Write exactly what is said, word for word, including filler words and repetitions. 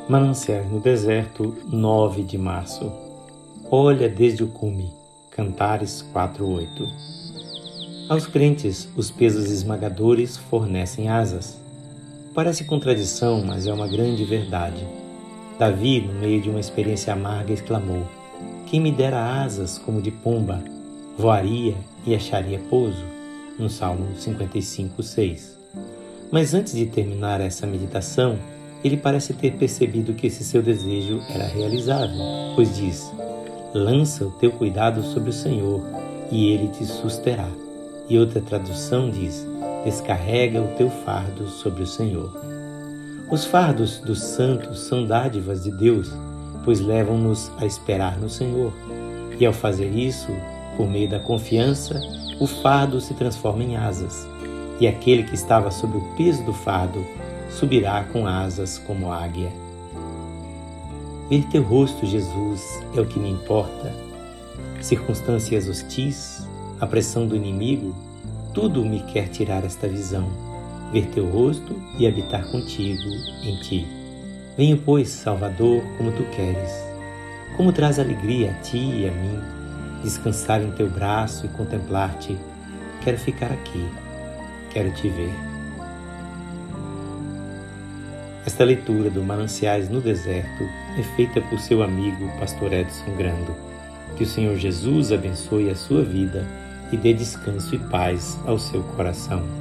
Mananciais no deserto, nove de março. Olha desde o cume. Cantares quatro, oito. Aos crentes, os pesos esmagadores fornecem asas. Parece contradição, mas é uma grande verdade. Davi, no meio de uma experiência amarga, exclamou: quem me dera asas como de pomba, voaria e acharia pouso, no Salmo cinquenta e cinco, seis. Mas antes de terminar essa meditação, ele parece ter percebido que esse seu desejo era realizável, pois diz: lança o teu cuidado sobre o Senhor, e Ele te susterá. E outra tradução diz: descarrega o teu fardo sobre o Senhor. Os fardos dos santos são dádivas de Deus, pois levam-nos a esperar no Senhor. E ao fazer isso, por meio da confiança, o fardo se transforma em asas. E aquele que estava sob o peso do fardo subirá com asas como águia. Ver teu rosto, Jesus, é o que me importa. Circunstâncias hostis, a pressão do inimigo, tudo me quer tirar esta visão. Ver teu rosto e habitar contigo em ti. Venho, pois, Salvador, como tu queres. Como traz alegria a ti e a mim, descansar em teu braço e contemplar-te. Quero ficar aqui, quero te ver. Esta leitura do Mananciais no Deserto é feita por seu amigo Pastor Edson Grando. Que o Senhor Jesus abençoe a sua vida e dê descanso e paz ao seu coração.